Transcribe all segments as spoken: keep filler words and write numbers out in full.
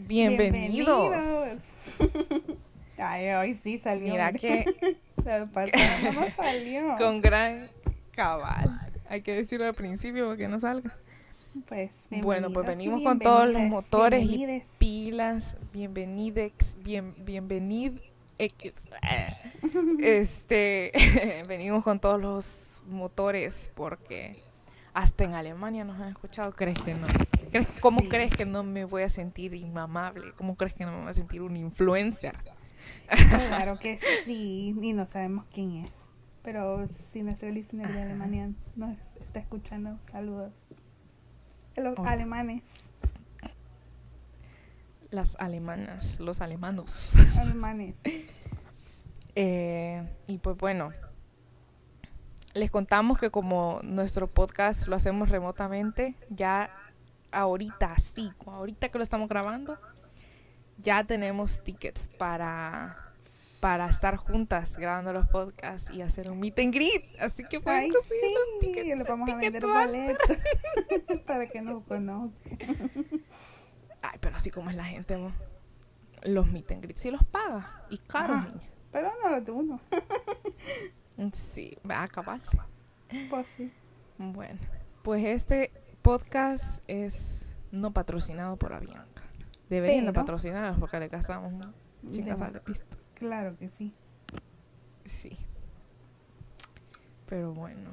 Bienvenidos. Bienvenidos. Ay, hoy sí salió. Mira que La pasada no salió. con gran cabal. Hay que decirlo al principio para que no salga. Pues Bueno, pues bienvenidos y venimos con todos los bienvenidas, motores y bienvenides. pilas. Bienvenidex, bien, bienvenid X. Este, venimos con todos los motores porque hasta en Alemania nos han escuchado. ¿Crees que no? ¿Crees- ¿Cómo Sí. crees que no me voy a sentir inmamable? ¿Cómo crees que no me voy a sentir un influencer? Claro que sí, y no sabemos quién es. Pero si nuestro listener de Alemania nos está escuchando, saludos. A los Hola. alemanes. Las alemanas, los alemanos. Alemanes. Eh, y pues bueno, les contamos que como nuestro podcast lo hacemos remotamente, ya ahorita sí, ahorita que lo estamos grabando, ya tenemos tickets para, para estar juntas grabando los podcasts y hacer un meet and greet. Así que pueden Ay, conseguir los sí, tickets. les vamos a en vender Ticketmaster. boletos para que nos conozcan. Ay, pero así como es la gente, mo, los meet and greet sí los paga. Y caros, Ajá. niña. Pero no los de uno. Sí, va a acabar. Pues sí. Bueno, pues este podcast es no patrocinado por Avianca. Deberían de Pero- patrocinarnos porque le gastamos un chingas Demás. de pisto. Claro que sí. Sí. Pero bueno.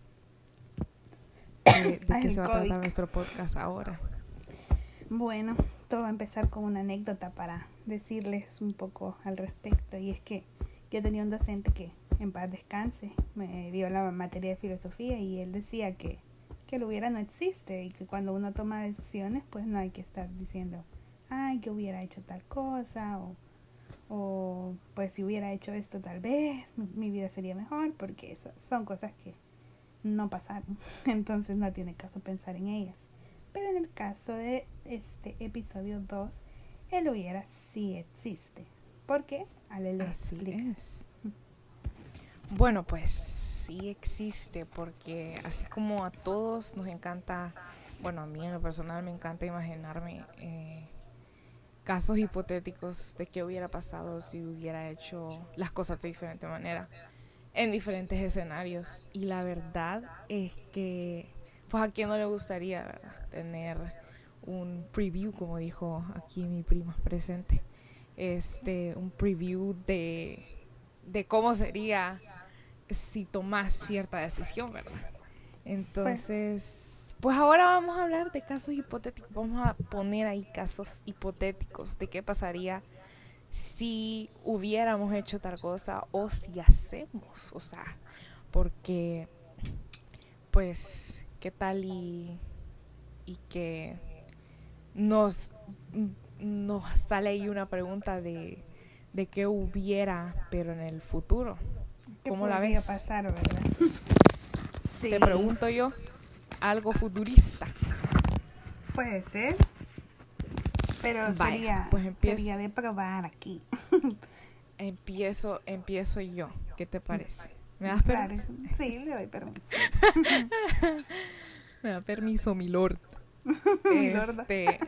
¿De, de Ay, qué el se va a COVID. tratar nuestro podcast ahora? Bueno, todo va a empezar con una anécdota para decirles un poco al respecto. Y es que yo tenía un docente que, en paz descanse, me dio la materia de filosofía y él decía que, que lo hubiera no existe y que cuando uno toma decisiones, pues no hay que estar diciendo, ay, yo hubiera hecho tal cosa o, o pues si hubiera hecho esto tal vez mi, mi vida sería mejor, porque eso son cosas que no pasaron. Entonces no tiene caso pensar en ellas. Pero en el caso de este episodio dos, el hubiera sí existe. ¿Por qué? Ale le Así explica. es. Bueno, pues sí existe porque así como a todos nos encanta, bueno, a mí en lo personal me encanta imaginarme eh, casos hipotéticos de qué hubiera pasado si hubiera hecho las cosas de diferente manera en diferentes escenarios. Y la verdad es que, pues a quién no le gustaría, ¿verdad? Tener un preview, como dijo aquí mi prima presente, este, un preview de, de cómo sería si tomas cierta decisión, ¿verdad? Entonces, pues ahora vamos a hablar de casos hipotéticos. Vamos a poner ahí casos hipotéticos de qué pasaría si hubiéramos hecho tal cosa o si hacemos, o sea, porque, pues, ¿qué tal y, y que nos, nos sale ahí una pregunta de, de qué hubiera, pero en el futuro? ¿Qué ¿Cómo la podría ves? pasar, verdad? Sí, Te pregunto yo, algo futurista. puede ser. Pero Vaya, sería, pues empiezo. sería de probar aquí. Empiezo, empiezo yo. ¿Qué te parece? ¿Me das Claro, permiso? sí, le doy permiso. Me da permiso, mi lord. Mi lorda. Este.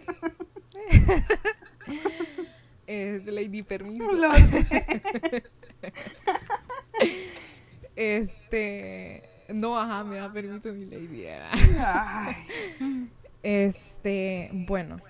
eh, Lady Permiso. Lorde. Este. No, ajá, me da permiso mi lady. Ay. Este. Bueno.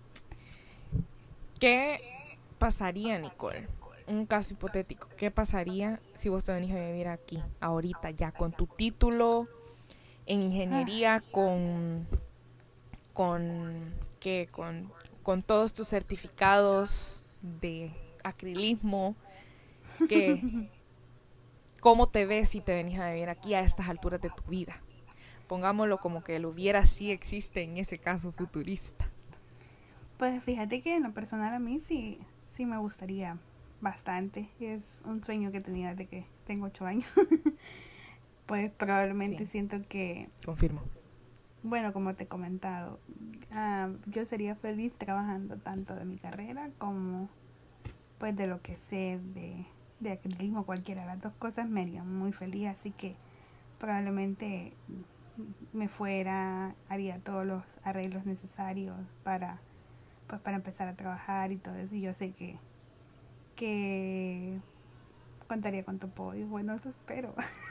¿Qué pasaría, Nicole? Un caso hipotético. ¿Qué pasaría si vos te venís a vivir aquí, ahorita, ya con tu título en ingeniería, con. con. ¿Qué? Con, con todos tus certificados de acrilismo? ¿Qué? ¿Cómo te ves si te venís a vivir aquí a estas alturas de tu vida? Pongámoslo como que el hubiera sí existe en ese caso futurista. Pues fíjate que en lo personal a mí sí, sí me gustaría bastante. Es un sueño que tenía desde que tengo ocho años. Pues probablemente Sí. siento que, Confirmo. bueno, como te he comentado, ah, yo sería feliz trabajando tanto de mi carrera como pues de lo que sé de, de acrilismo. Cualquiera de las dos cosas me haría muy feliz, así que probablemente me fuera, haría todos los arreglos necesarios para pues para empezar a trabajar y todo eso. Y yo sé que, que contaría con tu apoyo. Bueno, eso espero.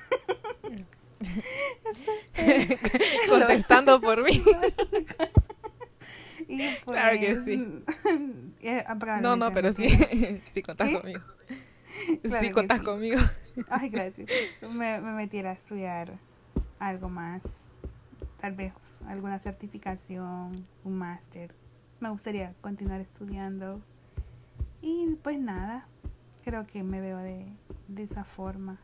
Eso espero. Contestando por mí. Y pues, Claro que sí. eh, No, no, pero sí, me- sí contás ¿Sí? conmigo. Claro Sí que contás sí. conmigo. Ay, gracias. Me, me metiera a estudiar algo más, tal vez alguna certificación, un máster. Me gustaría continuar estudiando. Y pues nada, creo que me veo de, de esa forma.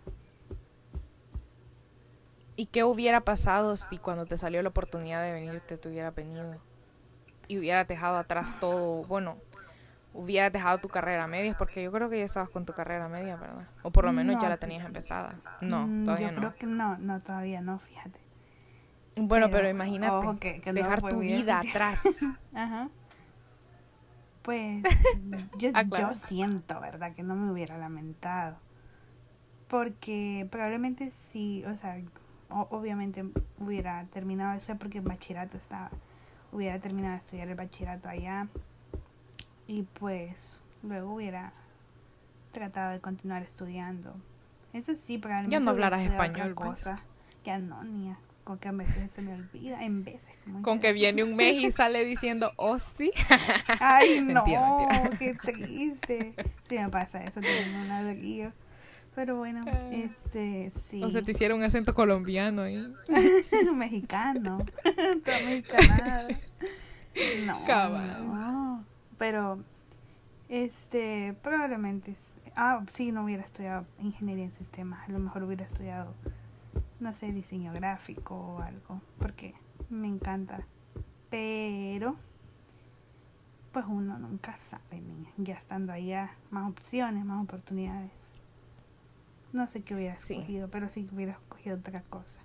¿Y qué hubiera pasado si cuando te salió la oportunidad de venirte te hubieras venido? Y hubieras dejado atrás todo, bueno, hubieras dejado tu carrera a medias, porque yo creo que ya estabas con tu carrera a medias, ¿verdad? O por lo menos ya No, la tenías empezada. No, mm, todavía yo no. creo que no, no, todavía no, fíjate. Bueno, pero Pero, imagínate, ojo, que, que no dejar pues, tu hubiera vida sido- atrás. Ajá. Pues yo, yo Aclara. siento, ¿verdad? Que no me hubiera lamentado. Porque probablemente sí, o sea, o- obviamente hubiera terminado eso porque en bachillerato estaba. Hubiera terminado de estudiar el bachillerato allá. Y pues luego hubiera tratado de continuar estudiando. Eso sí, Ya probablemente no hubiera hablarás estudiado español, otra pues. cosa. Ya no, ni a- con que a veces se me olvida, en veces, como Con dice. que viene un mes y sale diciendo, oh sí. Ay, Mentira, no, mentira. qué triste. Sí me pasa eso, teniendo un ladrillo. Pero bueno, este, O sea, sí. te hicieron un acento colombiano ahí. Mexicano. Toda mexicanada. No, Cabal. no. Pero, este, probablemente. es- Ah, sí, no hubiera estudiado ingeniería en sistemas. A lo mejor hubiera estudiado, no sé, diseño gráfico o algo. Porque me encanta. Pero, pues uno nunca sabe, niña. Ya estando allá, más opciones, más oportunidades. No sé qué hubiera Sí. escogido, pero sí que hubiera escogido otra cosa.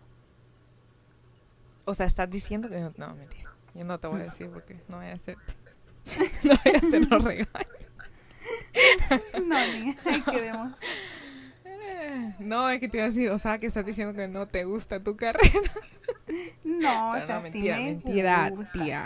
O sea, estás diciendo que... No, no, mentira. Yo no te voy a decir porque no voy a hacer... No voy a hacer los regalos. No, niña, ahí quedemos. No, es que te iba a decir, o sea, que estás diciendo que no te gusta tu carrera. No, o Pero sea, no, sí mentira, me mentira, gusta. tía.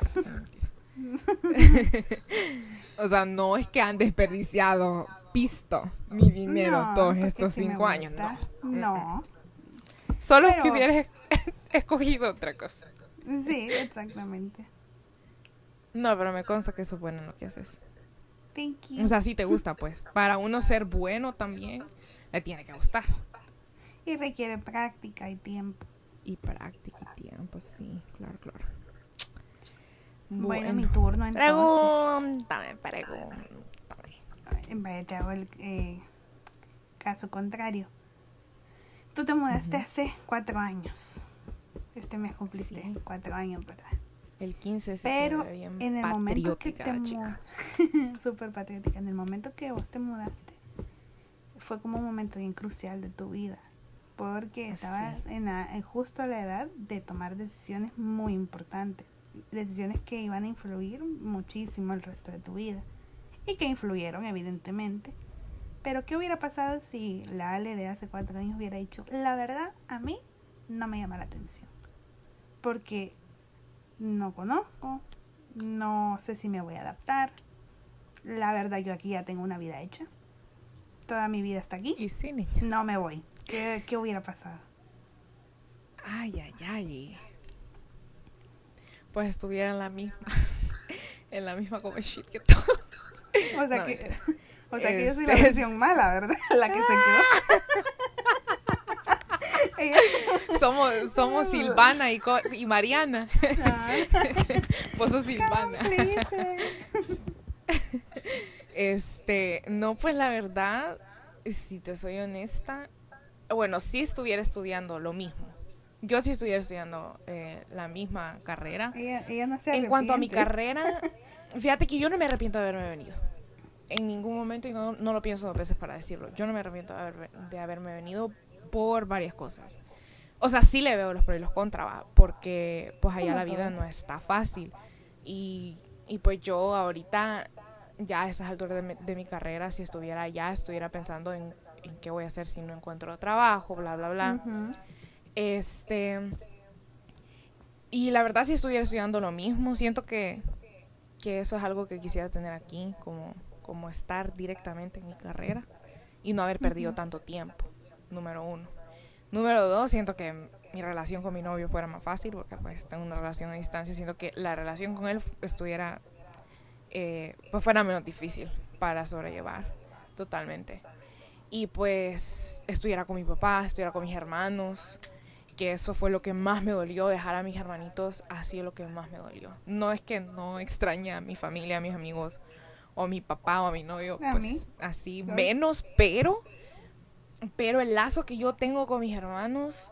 O sea, no es que han desperdiciado pisto mi dinero No, todos porque estos sí me cinco años, gusta. no. No, Solo Pero- que hubieras escogido otra cosa. sí, exactamente. No, pero me consta que eso es bueno en lo que haces. Thank you. O sea, sí te gusta, pues. Para uno ser bueno también, le tiene que gustar. Y requiere práctica y tiempo. Y práctica y tiempo, sí, claro, claro. Bueno, mi turno entonces. Pregúntame, pregúntame. Vaya, te hago el eh, caso contrario. Tú te mudaste Ujú. hace cuatro años. Este mes cumpliste Sí. cuatro años, ¿verdad? El quince de Pero septiembre, bien en el momento que patriótica te la mudaste, chica. súper patriótica, en el momento que vos te mudaste, fue como un momento bien crucial de tu vida. Porque estabas Sí. en, la- en justo a la edad de tomar decisiones muy importantes. Decisiones que iban a influir muchísimo el resto de tu vida. Y que influyeron, evidentemente. Pero, ¿qué hubiera pasado si la Ale de hace cuatro años hubiera dicho, la verdad, a mí no me llama la atención? Porque no conozco, no sé si me voy a adaptar. La verdad, yo aquí ya tengo una vida hecha. Toda mi vida está aquí. Y sí, niña. No me voy. ¿Qué, qué hubiera pasado? Ay, ay, ay. Pues estuviera en la misma. En la misma como shit que todo. O sea No, que, mentira. o sea que yo soy la Este- versión mala, ¿verdad? La que se quedó. Ella- Somos, somos Silvana y, Co- y Mariana. Ah, Vos sos Silvana. cómplice. Este, no, pues la verdad, si te soy honesta, bueno, si estuviera estudiando lo mismo. Yo sí estuviera estudiando eh, la misma carrera. Ella, ella no se En cuanto a mi arrepiente. carrera, fíjate que yo no me arrepiento de haberme venido. En ningún momento, y no, no lo pienso dos veces para decirlo, yo no me arrepiento de, haber- de haberme venido por varias cosas. O sea, sí le veo los pros y los contras, ¿va? Porque pues allá Como la vida todo. no está fácil. Y, y pues yo ahorita, ya a esas alturas de mi, de mi carrera, si estuviera allá, estuviera pensando en, en qué voy a hacer si no encuentro trabajo, bla, bla, bla. Ujú. Este... Y la verdad, si estuviera estudiando lo mismo, siento que, que eso es algo que quisiera tener aquí, como, como estar directamente en mi carrera y no haber perdido Ujú. tanto tiempo, número uno. Número dos, siento que mi relación con mi novio fuera más fácil, porque pues tengo una relación a distancia, siento que la relación con él estuviera, eh, pues fuera menos difícil para sobrellevar totalmente. Y pues estuviera con mi papá, estuviera con mis hermanos, que eso fue lo que más me dolió, dejar a mis hermanitos, ha sido lo que más me dolió. No es que no extrañe a mi familia, a mis amigos, o a mi papá, o a mi novio, A mí, pues así claro. menos, pero, pero el lazo que yo tengo con mis hermanos,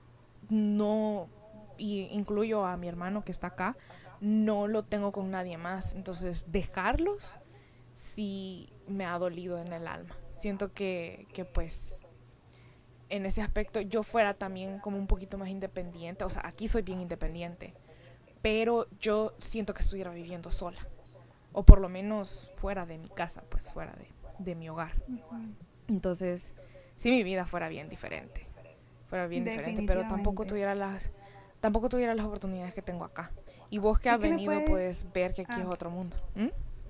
no, y incluyo a mi hermano que está acá, no lo tengo con nadie más. Entonces, dejarlos sí me ha dolido en el alma. Siento que, que pues en ese aspecto yo fuera también como un poquito más independiente. O sea, aquí soy bien independiente, pero yo siento que estuviera viviendo sola. O por lo menos fuera de mi casa, pues fuera de, de mi hogar. Ujú. Entonces, si mi vida fuera bien diferente, fuera bien diferente, pero tampoco Definitivamente. tuviera las, tampoco tuviera las oportunidades que tengo acá. Y vos que Es has que me venido puedes... puedes ver que aquí Ah, es ok. otro mundo. ¿Mm?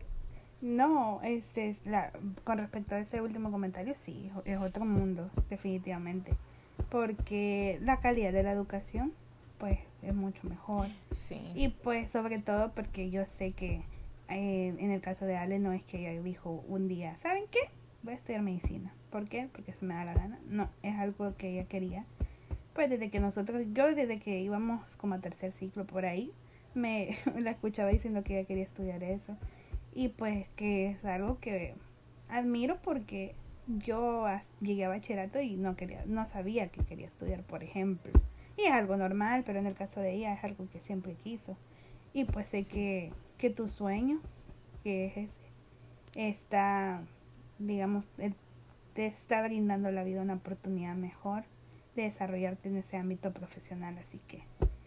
No, este es la, con respecto a ese último comentario, sí, es otro mundo, definitivamente. Porque la calidad de la educación, pues, es mucho mejor. Sí, Y pues, sobre todo porque yo sé que eh, en el caso de Ale no es que ella dijo un día, ¿saben qué? Voy a estudiar medicina. ¿Por qué? Porque se me da la gana. No, es algo que ella quería. Pues desde que nosotros, yo desde que íbamos como a tercer ciclo por ahí, me la escuchaba diciendo que ella quería estudiar eso. Y pues que es algo que admiro porque yo llegué a bachillerato y no quería, no sabía que quería estudiar, por ejemplo. Y es algo normal, pero en el caso de ella es algo que siempre quiso. Y pues sé sí. que, que tu sueño, que es ese, está, digamos, te está brindando la vida una oportunidad mejor de desarrollarte en ese ámbito profesional. Así que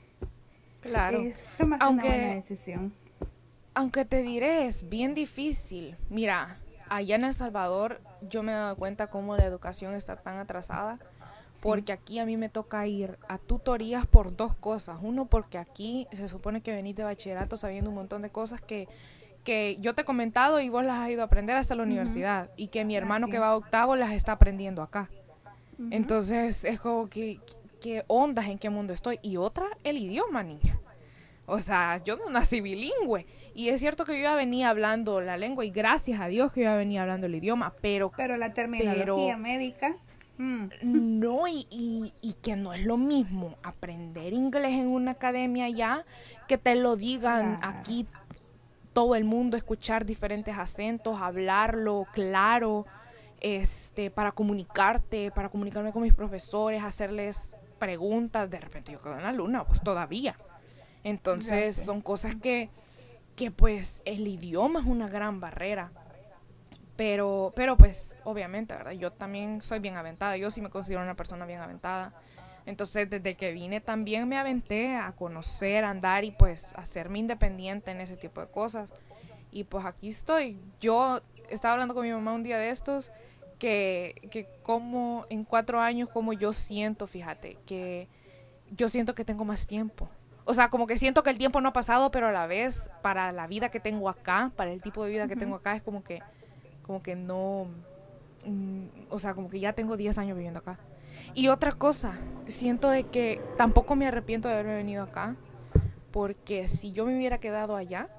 Claro. es, tomaste una buena Aunque, decisión. aunque te diré, es bien difícil. Mira, allá en El Salvador yo me he dado cuenta cómo la educación está tan atrasada, Sí. porque aquí a mí me toca ir a tutorías por dos cosas. Uno, porque aquí se supone que venís de bachillerato sabiendo un montón de cosas que, que yo te he comentado y vos las has ido a aprender hasta la Ujú. universidad, y que mi hermano Así que es. va a octavo las está aprendiendo acá. Ujú. Entonces es como que, ¿qué ondas, en qué mundo estoy? Y otra, el idioma, niña. O sea, yo no nací bilingüe. Y es cierto que yo ya venía hablando la lengua y gracias a Dios que yo ya venía hablando el idioma, pero, Pero la terminología pero médica, mm, no, y, y, y que no es lo mismo aprender inglés en una academia ya, que te lo digan claro. aquí todo el mundo, escuchar diferentes acentos, hablarlo claro, este, para comunicarte, para comunicarme con mis profesores, hacerles preguntas. De repente yo quedo en la luna, pues todavía. Ya Entonces sé. son cosas que, que pues el idioma es una gran barrera. Pero, pero pues obviamente, ¿verdad? Yo también soy bien aventada, yo sí me considero una persona bien aventada. Entonces desde que vine también me aventé a conocer, a andar y pues hacerme independiente en ese tipo de cosas. Y pues aquí estoy. Yo estaba hablando con mi mamá un día de estos, que, que como en cuatro años, como yo siento, fíjate, que yo siento que tengo más tiempo. O sea, como que siento que el tiempo no ha pasado, pero a la vez, para la vida que tengo acá, para el tipo de vida que Ujú. tengo acá, es como que, como que no, mm, o sea, como que ya tengo diez años viviendo acá. Y otra cosa, siento de que tampoco me arrepiento de haberme venido acá, porque si yo me hubiera quedado allá,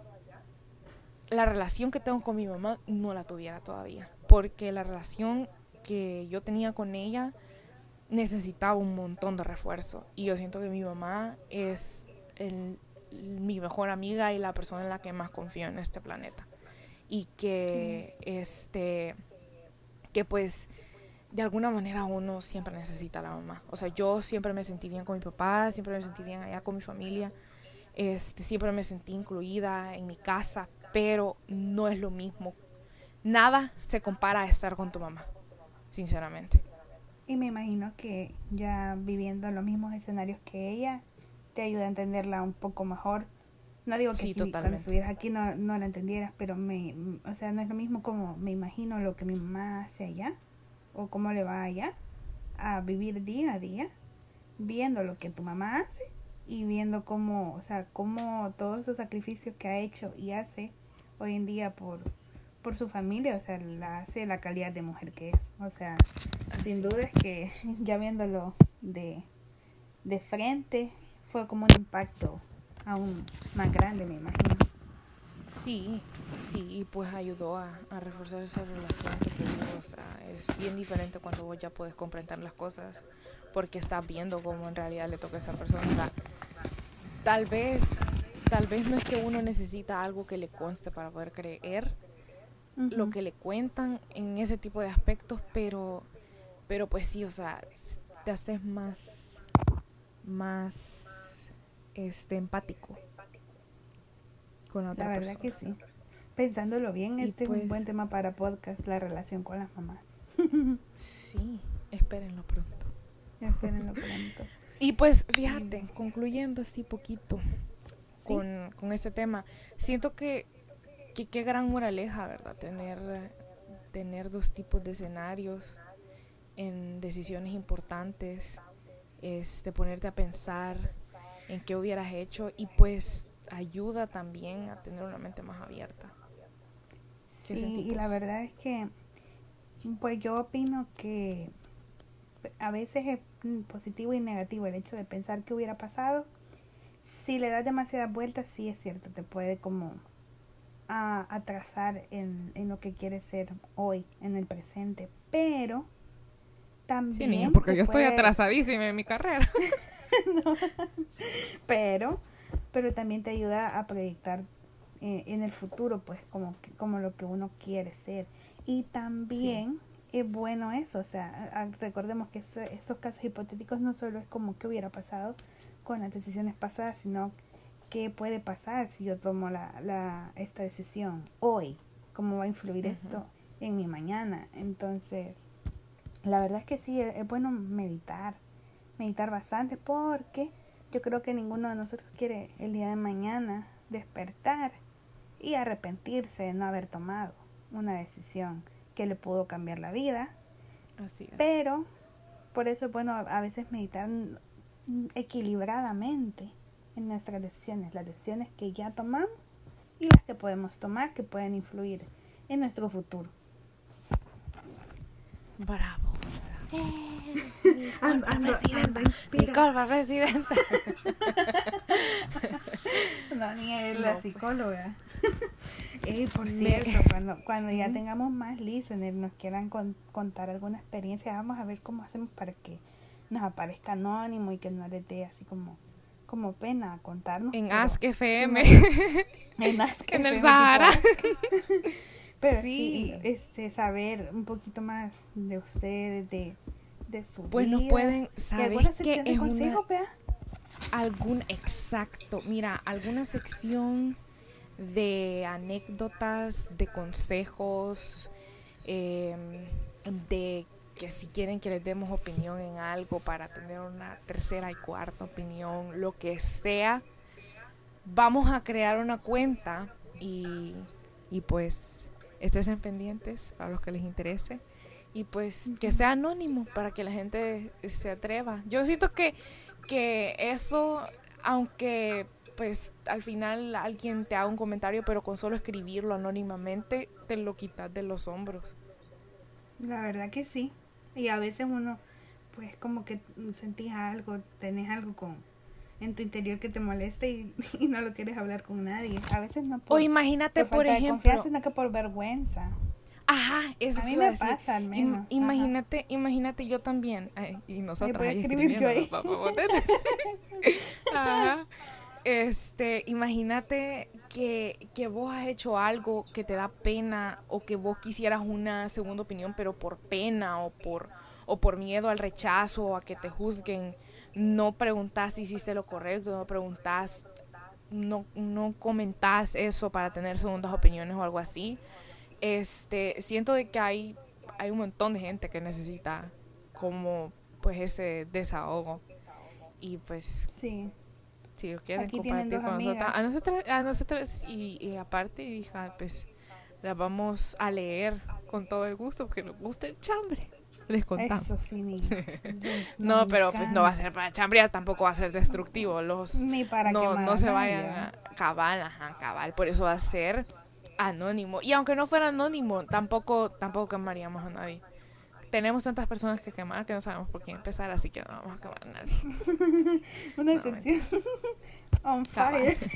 la relación que tengo con mi mamá no la tuviera todavía, porque la relación que yo tenía con ella necesitaba un montón de refuerzo, y yo siento que mi mamá es el, mi mejor amiga y la persona en la que más confío en este planeta, y Sí. que este que pues de alguna manera uno siempre necesita a la mamá. O sea, yo siempre me sentí bien con mi papá, siempre me sentí bien allá con mi familia, este, siempre me sentí incluida en mi casa, pero no es lo mismo. Nada se compara a estar con tu mamá, sinceramente. Y me imagino que ya viviendo en los mismos escenarios que ella, te ayuda a entenderla un poco mejor. No digo que Sí, aquí, cuando totalmente. estuvieras aquí no, no la entendieras, pero me, o sea, no es lo mismo como me imagino lo que mi mamá hace allá o cómo le va allá a vivir día a día, viendo lo que tu mamá hace y viendo cómo, o sea, cómo todos esos sacrificios que ha hecho y hace hoy en día por, por su familia, o sea, la hace la calidad de mujer que es. O sea, Así sin duda es es. que ya viéndolo de, de frente, fue como un impacto aún más grande, me imagino. Sí, sí, y pues ayudó a, a reforzar esa relación que te digo, o sea, es bien diferente cuando vos ya puedes comprender las cosas porque estás viendo cómo en realidad le toca a esa persona. O sea, tal vez, tal vez no es que uno necesita algo que le conste para poder creer lo Uh-huh. que le cuentan en ese tipo de aspectos, pero, pero pues sí, o sea, te haces más, más, este, empático con la La otra verdad que persona. sí. Pensándolo bien, Y este es un pues buen tema para podcast, la relación con las mamás. sí, espérenlo pronto. Espérenlo pronto. Y pues Y, fíjate, concluyendo así poquito ¿sí? con, con este tema, siento que que qué gran moraleja, ¿verdad? Tener, tener dos tipos de escenarios en decisiones importantes, este, ponerte a pensar en qué hubieras hecho y pues ayuda también a tener una mente más abierta. ¿Qué Sí, sentís y la vos? verdad es que, pues yo opino que a veces es positivo y negativo el hecho de pensar qué hubiera pasado. Si le das demasiadas vueltas, sí es cierto, te puede como a atrasar en, en lo que quieres ser hoy, en el presente. Pero Sí, niña, también porque te yo estoy puede, atrasadísima en mi carrera. no, pero, pero también te ayuda a proyectar eh, en el futuro, pues, como, que- como lo que uno quiere ser. Y Sí. también es bueno eso, o sea, a- a- recordemos que este- estos casos hipotéticos no solo es como qué hubiera pasado con las decisiones pasadas, sino qué puede pasar si yo tomo la, la, esta decisión hoy, cómo va a influir Uh-huh. esto en mi mañana. Entonces, la verdad es que sí, es, es bueno meditar, meditar bastante porque yo creo que ninguno de nosotros quiere el día de mañana despertar y arrepentirse de no haber tomado una decisión que le pudo cambiar la vida, Así es. pero por eso es bueno a veces meditar equilibradamente en nuestras decisiones, las decisiones que ya tomamos y las que podemos tomar que pueden influir en nuestro futuro. Bravo. Eh, mi Ando, corpa ando, ando presidenta. Mi inspira. corpa presidenta. No, ni es la No, pues. psicóloga. Y por Me... cierto, cuando, cuando ya Ujú. tengamos más listeners, nos quieran con, contar alguna experiencia, vamos a ver cómo hacemos para que nos aparezca anónimo y que no les dé así como, como pena contarnos, En pero Ask F sí M. nos, en Ask En el F M tipo Sahara. Ask. Pero sí, Sí. este, saber un poquito más de ustedes, de, de su Pues nos vida. pueden, Y ¿sabes alguna qué? sección de Es una, consejos, vea. algún, exacto, mira, alguna sección de anécdotas, de consejos, eh, de que si quieren que les demos opinión en algo para tener una tercera y cuarta opinión, lo que sea, vamos a crear una cuenta y, y pues estén pendientes para los que les interese y pues que sea anónimo para que la gente se atreva. Yo siento que, que eso, aunque pues al final alguien te haga un comentario, pero con solo escribirlo anónimamente te lo quitas de los hombros. La verdad que sí. Y a veces uno, pues como que sentís algo, tenés algo con en tu interior que te molesta y, y no lo quieres hablar con nadie. A veces no O por, imagínate, por por falta de confianza, ejemplo, sino que por vergüenza. ajá, eso A te mí iba a me decir. pasa al Im- menos. Ajá. imagínate, imagínate yo también. Ay, y Ahí nosotras voy a ahí escribir yo escribiendo, ahí. papá, ajá. Este, imagínate que, que vos has hecho algo que te da pena o que vos quisieras una segunda opinión, pero por pena o por, o por miedo al rechazo o a que te juzguen, no preguntás si hiciste lo correcto, no preguntás, no, no comentás eso para tener segundas opiniones o algo así. Este, siento de que hay, hay un montón de gente que necesita como pues ese desahogo y pues Sí. si lo quieren Aquí tienen compartir dos con nosotras, amigas. a nosotros, a nosotros y, y aparte, hija, pues las vamos a leer con todo el gusto porque nos gusta el chambre. Les contamos. Eso sí, niñas. Nos No, pero pues no va a encanta. ser para chambrear, tampoco va a ser destructivo. Los Ni para no, quemar no a se nadie. vayan ¿Va? a cabal, ajá, cabal. Por eso va a ser anónimo. Y aunque no fuera anónimo, tampoco, tampoco quemaríamos a nadie. Tenemos tantas personas que quemar que no sabemos por quién empezar, así que no vamos a quemar a nadie. Una No, excepción. On Cabal. fire.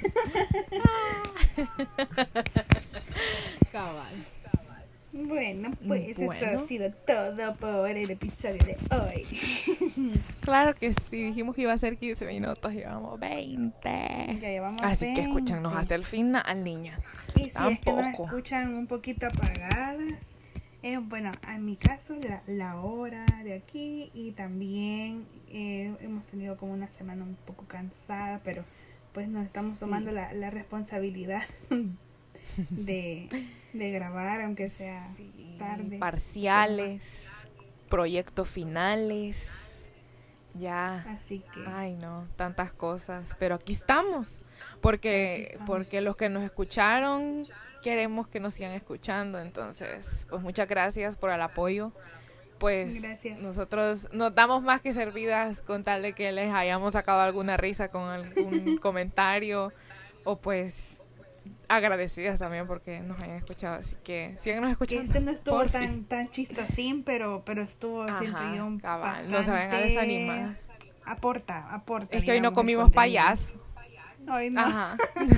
Cabal. Bueno, pues eso Bueno. ha sido todo por el episodio de hoy. Claro que sí, dijimos que iba a ser quince minutos, llevamos veinte. Ya llevamos Así que escúchanos veinte. hasta el final, niña. Y si es que nos Tampoco. escuchan un poquito apagadas, eh, bueno, en mi caso la, la hora de aquí y también eh, hemos tenido como una semana un poco cansada, pero pues nos estamos tomando Sí. la, la responsabilidad de, de grabar, aunque sea Sí, tarde. parciales, proyectos finales, ya, Así que ay no, tantas cosas, pero aquí estamos, porque, Aquí estamos. porque los que nos escucharon queremos que nos sigan escuchando, entonces, pues muchas gracias por el apoyo, pues Gracias. nosotros nos damos más que servidas con tal de que les hayamos sacado alguna risa con algún comentario, o pues agradecidas también porque nos hayan escuchado, así que síganos que escuchando. este no estuvo porfi. tan, tan chistosín, pero, pero estuvo, siento Ajá, yo, un cabal, no se vayan a bastante- desanimar. Aporta, aporta. Es que hoy no digamos, el comimos contenido. payaso. Hoy no. Ajá.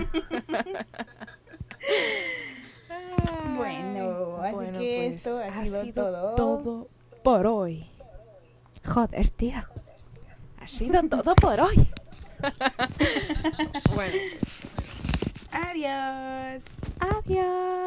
Bueno, así Bueno, que pues, esto ha, ha sido, sido todo. todo por hoy. Joder, tía. Ha sido todo por hoy. Bueno, Adiós. adiós.